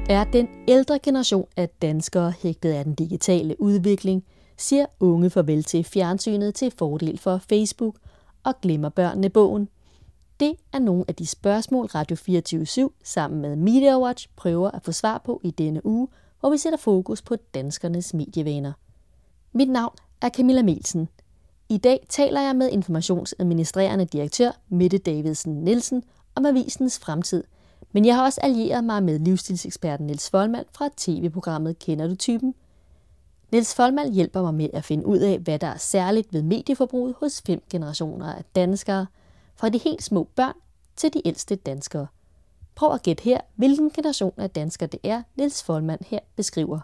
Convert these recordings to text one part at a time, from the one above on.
Er den ældre generation af danskere hægtet af den digitale udvikling, siger unge farvel til fjernsynet til fordel for Facebook og glemmer børnene bogen? Det er nogle af de spørgsmål Radio 24/7 sammen med MediaWatch prøver at få svar på i denne uge, hvor vi sætter fokus på danskernes medievaner. Mit navn er Camilla Melsen. I dag taler jeg med informationsadministrerende direktør Mette Davidsen Nielsen om avisens fremtid, men jeg har også allieret mig med livsstilseksperten Niels Folmand fra tv-programmet Kender du typen? Niels Folmand hjælper mig med at finde ud af, hvad der er særligt ved medieforbruget hos 5 generationer af danskere, fra de helt små børn til de ældste danskere. Prøv at gætte her, hvilken generation af danskere det er, Niels Folmand her beskriver.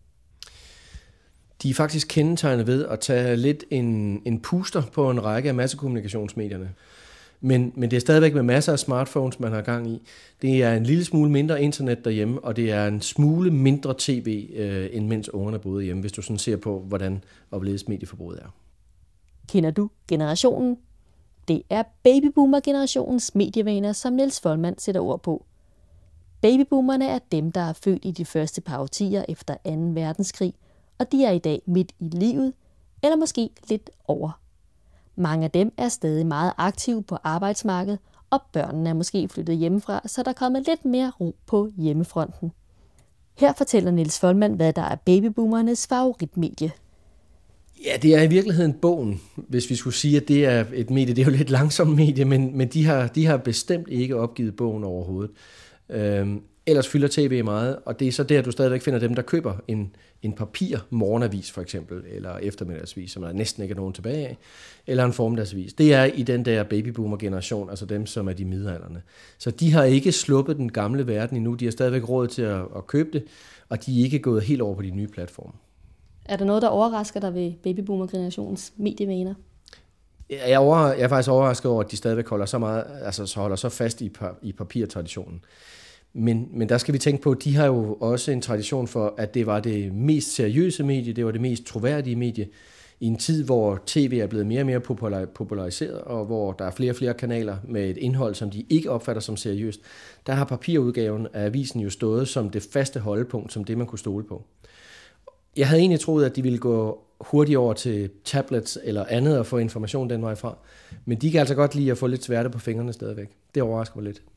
De er faktisk kendetegnet ved at tage lidt en puster på en række af massekommunikationsmedierne. Men det er stadigvæk med masser af smartphones, man har gang i. Det er en lille smule mindre internet derhjemme, og det er en smule mindre tv, end mens ungerne boede hjemme, hvis du sådan ser på, hvordan opleves medieforbruget er. Kender du generationen? Det er babyboomer-generationens medievaner, som Niels Folmand sætter ord på. Babyboomerne er dem, der er født i de første par årtier efter 2. verdenskrig, og de er i dag midt i livet, eller måske lidt over. Mange af dem er stadig meget aktive på arbejdsmarkedet, og børnene er måske flyttet hjemmefra, så der er kommet lidt mere ro på hjemmefronten. Her fortæller Niels Folmand, hvad der er babyboomernes favoritmedie. Ja, det er i virkeligheden bogen, hvis vi skulle sige, at det er et medie. Det er jo lidt langsomt medie, men de har bestemt ikke opgivet bogen overhovedet. Ellers fylder tv meget, og det er så der, du stadigvæk finder dem, der køber en papir morgenavis for eksempel, eller eftermiddagsvis, som der næsten ikke er nogen tilbage af, eller en formiddagsvis. Det er i den der babyboomer-generation, altså dem, som er de midaldrende. Så de har ikke sluppet den gamle verden endnu, de har stadigvæk råd til at købe det, og de er ikke gået helt over på de nye platforme. Er der noget, der overrasker dig ved babyboomer-generationens medievaner? Jeg er faktisk overrasket over, at de stadigvæk holder så fast i papirtraditionen. Men der skal vi tænke på, at de har jo også en tradition for, at det var det mest seriøse medie, det var det mest troværdige medie, i en tid, hvor tv er blevet mere og mere populariseret, og hvor der er flere og flere kanaler med et indhold, som de ikke opfatter som seriøst. Der har papirudgaven af avisen jo stået som det faste holdepunkt, som det man kunne stole på. Jeg havde egentlig troet, at de ville gå hurtigt over til tablets eller andet og få information den vej fra, men de kan altså godt lide at få lidt sværte på fingrene stadigvæk. Det overrasker mig lidt.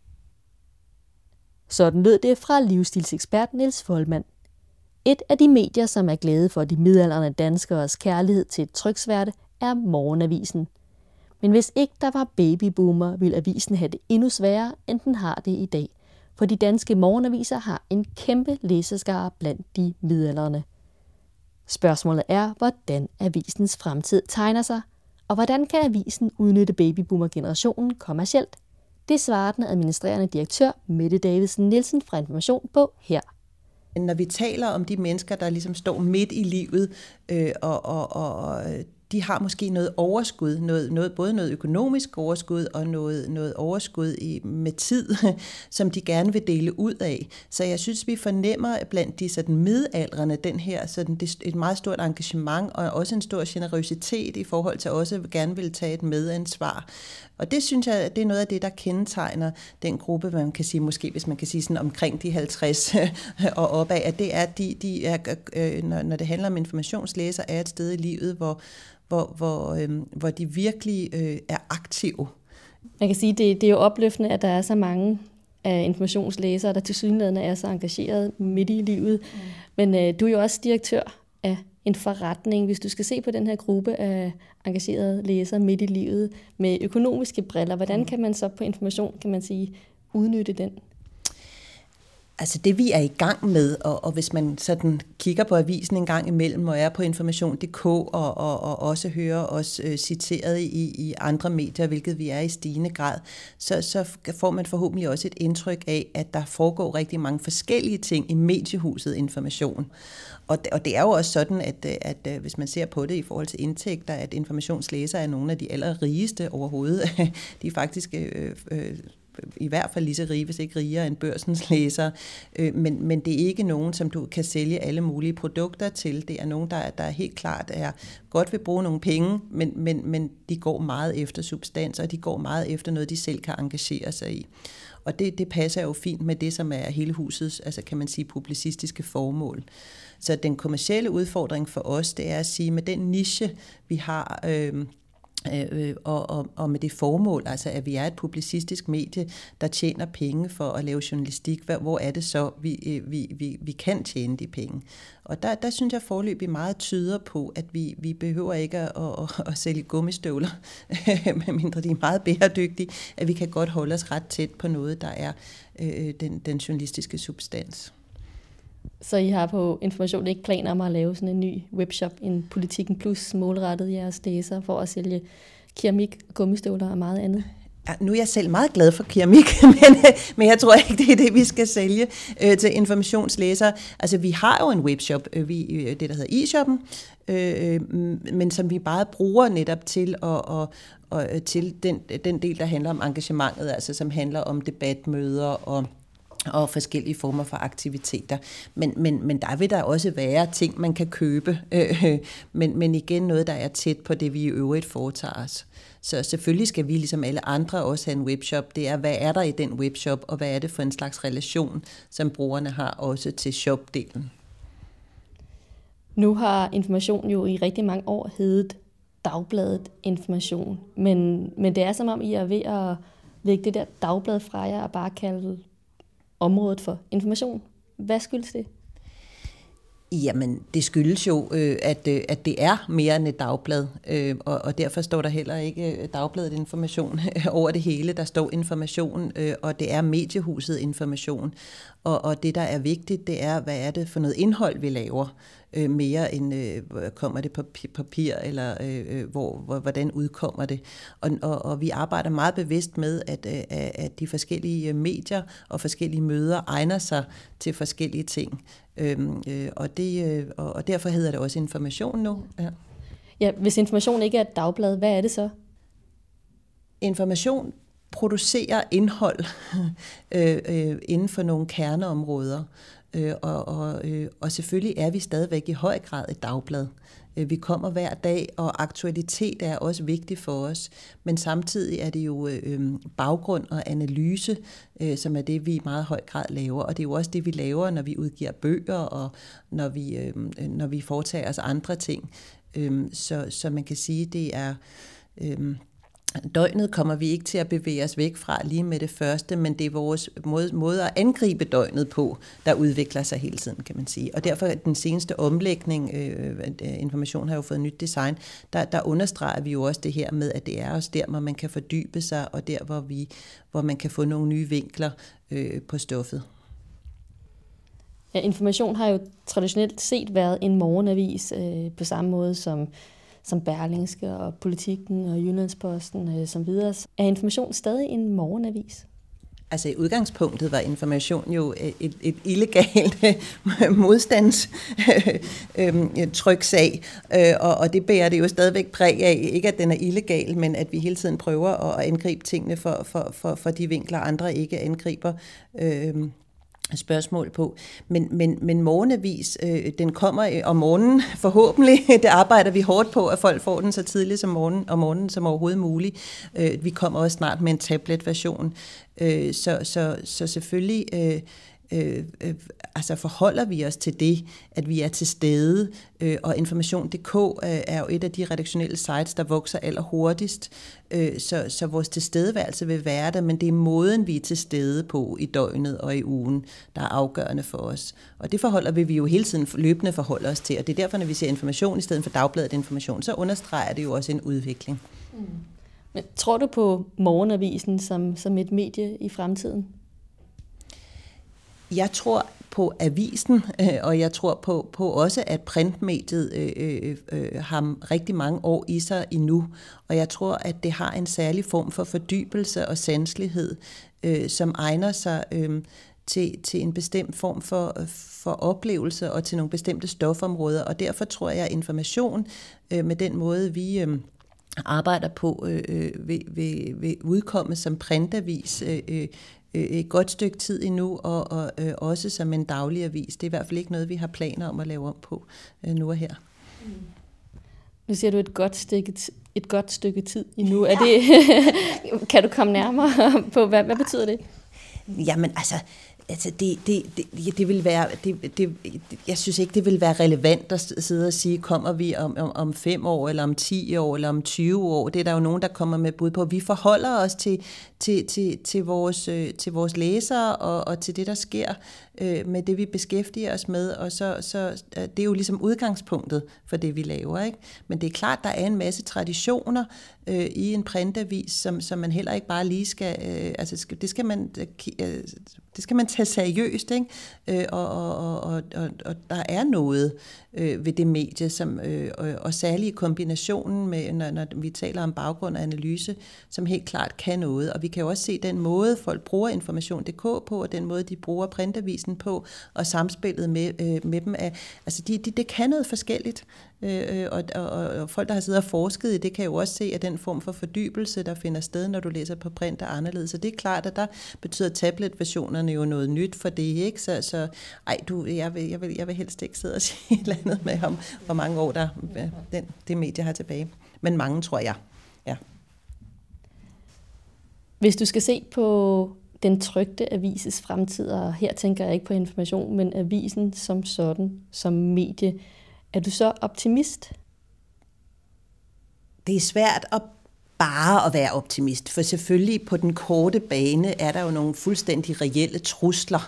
Sådan lød det fra livsstilsekspert Niels Folmand. Et af de medier, som er glade for de midaldrende danskeres kærlighed til tryksværte, er Morgenavisen. Men hvis ikke der var babyboomer, ville avisen have det endnu sværere, end den har det i dag. For de danske morgenaviser har en kæmpe læserskare blandt de midaldrende. Spørgsmålet er, hvordan avisens fremtid tegner sig, og hvordan kan avisen udnytte babyboomer-generationen kommercielt? Det svarer den administrerende direktør Mette Davidsen Nielsen fra Information på her. Når vi taler om de mennesker, der ligesom står midt i livet, og de har måske noget overskud, både noget økonomisk overskud og noget overskud med tid, som de gerne vil dele ud af. Så jeg synes, vi fornemmer blandt de sådan midaldrende den her sådan et meget stort engagement og også en stor generøsitet i forhold til også gerne vil tage et medansvar. Og det synes jeg, det er noget af det, der kendetegner den gruppe, man kan sige, måske hvis man kan sige sådan omkring de 50 og opad, at det er, de er, når det handler om informationslæser, er et sted i livet, hvor de virkelig er aktive. Man kan sige, det er jo opløftende, at der er så mange af informationslæsere, der tilsyneladende er så engageret midt i livet. Men du er jo også direktør af en forretning, hvis du skal se på den her gruppe af engagerede læsere midt i livet med økonomiske briller. Hvordan kan man så på information, kan man sige, udnytte den? Altså det vi er i gang med, og hvis man sådan kigger på avisen en gang imellem, og er på information.dk, og også hører os citeret i andre medier, hvilket vi er i stigende grad, så får man forhåbentlig også et indtryk af, at der foregår rigtig mange forskellige ting i mediehuset Information. Og det er jo også sådan, at hvis man ser på det i forhold til indtægter, at informationslæsere er nogle af de allerrigeste overhovedet. De er faktisk i hvert fald lige så rige, hvis ikke rigere end Børsens læsere, men det er ikke nogen, som du kan sælge alle mulige produkter til. Det er nogen, der helt klart godt vil bruge nogle penge, men de går meget efter substans, og de går meget efter noget, de selv kan engagere sig i. Og det passer jo fint med det, som er hele husets, altså kan man sige, publicistiske formål. Så den kommercielle udfordring for os, det er at sige, med den niche, vi har, og med det formål, altså at vi er et publicistisk medie, der tjener penge for at lave journalistik, hvor er det så, vi kan tjene de penge? Og der synes jeg foreløbig meget tyder på, at vi behøver ikke at sælge gummistøvler, medmindre de er meget bæredygtige, at vi kan godt holde os ret tæt på noget, der er den journalistiske substans. Så I har på Information ikke planer om at lave sådan en ny webshop, en Politikken Plus, målrettet jeres læsere for at sælge keramik, gummistøvler og meget andet? Ja, nu er jeg selv meget glad for keramik, men jeg tror ikke, det er det, vi skal sælge til informationslæsere. Altså, vi har jo en webshop, det der hedder e-shoppen, men som vi bare bruger netop til til den del, der handler om engagementet, altså som handler om debatmøder og forskellige former for aktiviteter. Men der vil der også være ting, man kan købe, men igen noget, der er tæt på det, vi i øvrigt foretager os. Så selvfølgelig skal vi, ligesom alle andre, også have en webshop. Det er, hvad er der i den webshop, og hvad er det for en slags relation, som brugerne har også til shopdelen. Nu har Information jo i rigtig mange år heddet Dagbladet Information, men det er som om, I er ved at lægge det der dagblad fra jer og bare kalde området for information. Hvad skyldes det? Jamen, det skyldes jo, at det er mere end et dagblad, og derfor står der heller ikke Dagbladet Information over det hele. Der står information, og det er mediehuset Information. Og det, der er vigtigt, det er, hvad er det for noget indhold, vi laver, mere end kommer det på papir, eller hvordan udkommer det. Og vi arbejder meget bevidst med, at de forskellige medier og forskellige møder egner sig til forskellige ting. Og derfor hedder det også Information nu. Ja. Ja, hvis Information ikke er et dagblad, hvad er det så? Information producerer indhold inden for nogle kerneområder. Og selvfølgelig er vi stadigvæk i høj grad et dagblad. Vi kommer hver dag, og aktualitet er også vigtig for os. Men samtidig er det jo baggrund og analyse, som er det, vi i meget høj grad laver. Og det er jo også det, vi laver, når vi udgiver bøger, og når vi foretager os andre ting. Så man kan sige, det er... Døgnet kommer vi ikke til at bevæge os væk fra lige med det første, men det er vores måde at angribe døgnet på, der udvikler sig hele tiden, kan man sige. Og derfor den seneste omlægning, Information har jo fået nyt design, der understreger vi jo også det her med, at det er også der, hvor man kan fordybe sig, og der, hvor man kan få nogle nye vinkler på stoffet. Ja, Information har jo traditionelt set været en morgenavis på samme måde som Berlingske og Politikken og Jyllandsposten som videre. Er Information stadig en morgenavis? Altså i udgangspunktet var Information jo et illegalt modstandstrykssag, og det bærer det jo stadigvæk præg af. Ikke at den er illegal, men at vi hele tiden prøver at angribe tingene for de vinkler, andre ikke angriber spørgsmål på. Men morgenavis, den kommer om morgenen forhåbentlig. Det arbejder vi hårdt på, at folk får den så tidligt om morgenen som overhovedet muligt. Vi kommer også snart med en tablet-version. Så selvfølgelig altså forholder vi os til det, at vi er til stede, og Information.dk er jo et af de redaktionelle sites, der vokser allerhurtigst, så vores tilstedeværelse vil være der, men det er måden, vi er til stede på i døgnet og i ugen, der er afgørende for os. Og det forholder vi jo hele tiden løbende forholder os til, og det er derfor, når vi siger Information i stedet for Dagbladet Information, så understreger det jo også en udvikling. Men tror du på morgenavisen som et medie i fremtiden? Jeg tror på avisen, og jeg tror på også, at printmediet har rigtig mange år i sig endnu. Og jeg tror, at det har en særlig form for fordybelse og sanselighed, som egner sig til en bestemt form for oplevelse og til nogle bestemte stofområder. Og derfor tror jeg, at Information med den måde, vi arbejder på vil udkomme som printavis et godt stykke tid endnu, og også som en daglig avis. Det er i hvert fald ikke noget, vi har planer om at lave om på nu og her. Nu siger du et godt stykke tid endnu. Er det, kan du komme nærmere på, hvad betyder det? Jamen altså det vil være, jeg synes ikke, det vil være relevant at sidde og sige, kommer vi om 5 år, eller om 10 år, eller om 20 år. Det er der jo nogen, der kommer med bud på. Vi forholder os til vores læsere og til det, der sker med det, vi beskæftiger os med. Og så det er jo ligesom udgangspunktet for det, vi laver, ikke? Men det er klart, der er en masse traditioner i en printavis, som man heller ikke bare lige skal, det skal man tage seriøst, ikke? Og der er noget ved det medie, som, og særligt i kombinationen med, når vi taler om baggrund og analyse, som helt klart kan noget. Og vi kan jo også se den måde, folk bruger Information.dk på, og den måde, de bruger printavisen på, og samspillet med dem. Altså, det kan noget forskelligt. Og folk, der har siddet og forsket i det, kan jo også se, at den form for fordybelse, der finder sted, når du læser på print, er anderledes. Så det er klart, at der betyder tablet-versionerne jo noget nyt for det, ikke? Jeg vil helst ikke sidde og sige et eller andet med om, hvor mange år det medie har tilbage. Men mange, tror jeg. Ja. Hvis du skal se på den trykte avises fremtid, og her tænker jeg ikke på Information, men avisen som sådan, som medie, er du så optimist? Det er svært at være optimist, for selvfølgelig på den korte bane er der jo nogle fuldstændig reelle trusler,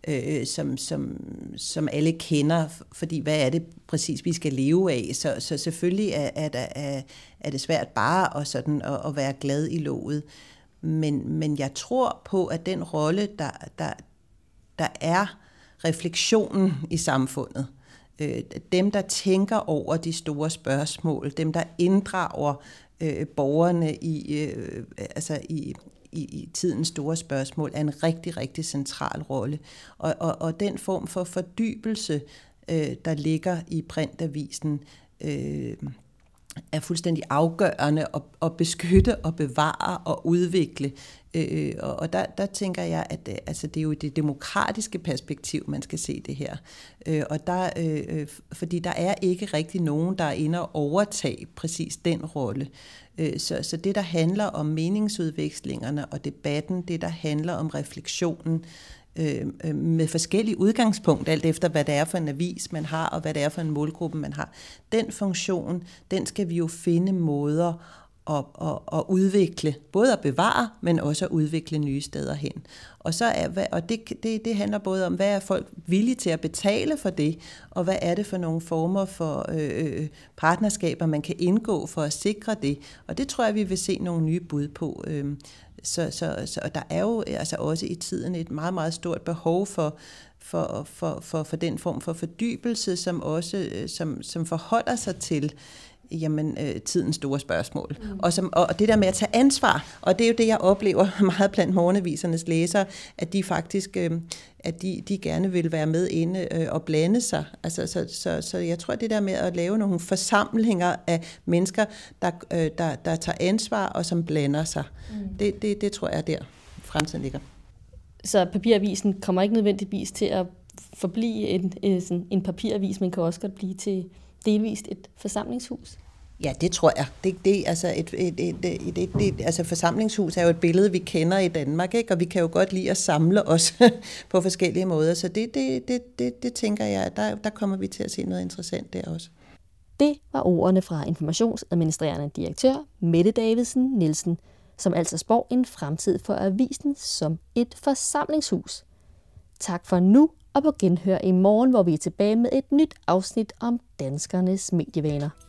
som alle kender, fordi hvad er det præcis, vi skal leve af? Så selvfølgelig er det svært bare at være glad i låget. Men jeg tror på, at den rolle, der er refleksionen i samfundet, dem, der tænker over de store spørgsmål, dem, der inddrager borgerne i tidens store spørgsmål, er en rigtig, rigtig central rolle. Og den form for fordybelse, der ligger i printavisen, er fuldstændig afgørende at beskytte og bevare og udvikle. Og der tænker jeg, at det er jo det demokratiske perspektiv, man skal se det her. Fordi der er ikke rigtig nogen, der er inde og overtage præcis den rolle. Så det, der handler om meningsudvekslingerne og debatten, det, der handler om refleksionen, med forskellige udgangspunkter, alt efter hvad det er for en avis, man har, og hvad det er for en målgruppe, man har. Den funktion, den skal vi jo finde måder at udvikle, både at bevare, men også at udvikle nye steder hen. Og det handler både om, hvad er folk villige til at betale for det, og hvad er det for nogle former for partnerskaber, man kan indgå for at sikre det. Og det tror jeg, vi vil se nogle nye bud på. Så der er jo altså også i tiden et meget, meget stort behov for den form for fordybelse, som også som forholder sig til tidens store spørgsmål. Og det der med at tage ansvar, og det er jo det, jeg oplever meget blandt morgenavisernes læsere, at de faktisk at de gerne vil være med inde og blande sig. Altså, så jeg tror, det der med at lave nogle forsamlinger af mennesker, der tager ansvar og som blander sig, det tror jeg, der fremtiden ligger. Så papiravisen kommer ikke nødvendigvis til at forblive en papiravis, men kan også godt blive til delvist et forsamlingshus? Ja, det tror jeg. Altså forsamlingshus er jo et billede, vi kender i Danmark, ikke? Og vi kan jo godt lide at samle os på forskellige måder. Så det tænker jeg, der kommer vi til at se noget interessant der også. Det var ordene fra informationsadministrerende direktør Mette Davidsen Nielsen, som altså spår en fremtid for avisen som et forsamlingshus. Tak for nu, og på genhør i morgen, hvor vi er tilbage med et nyt afsnit om danskernes medievaner.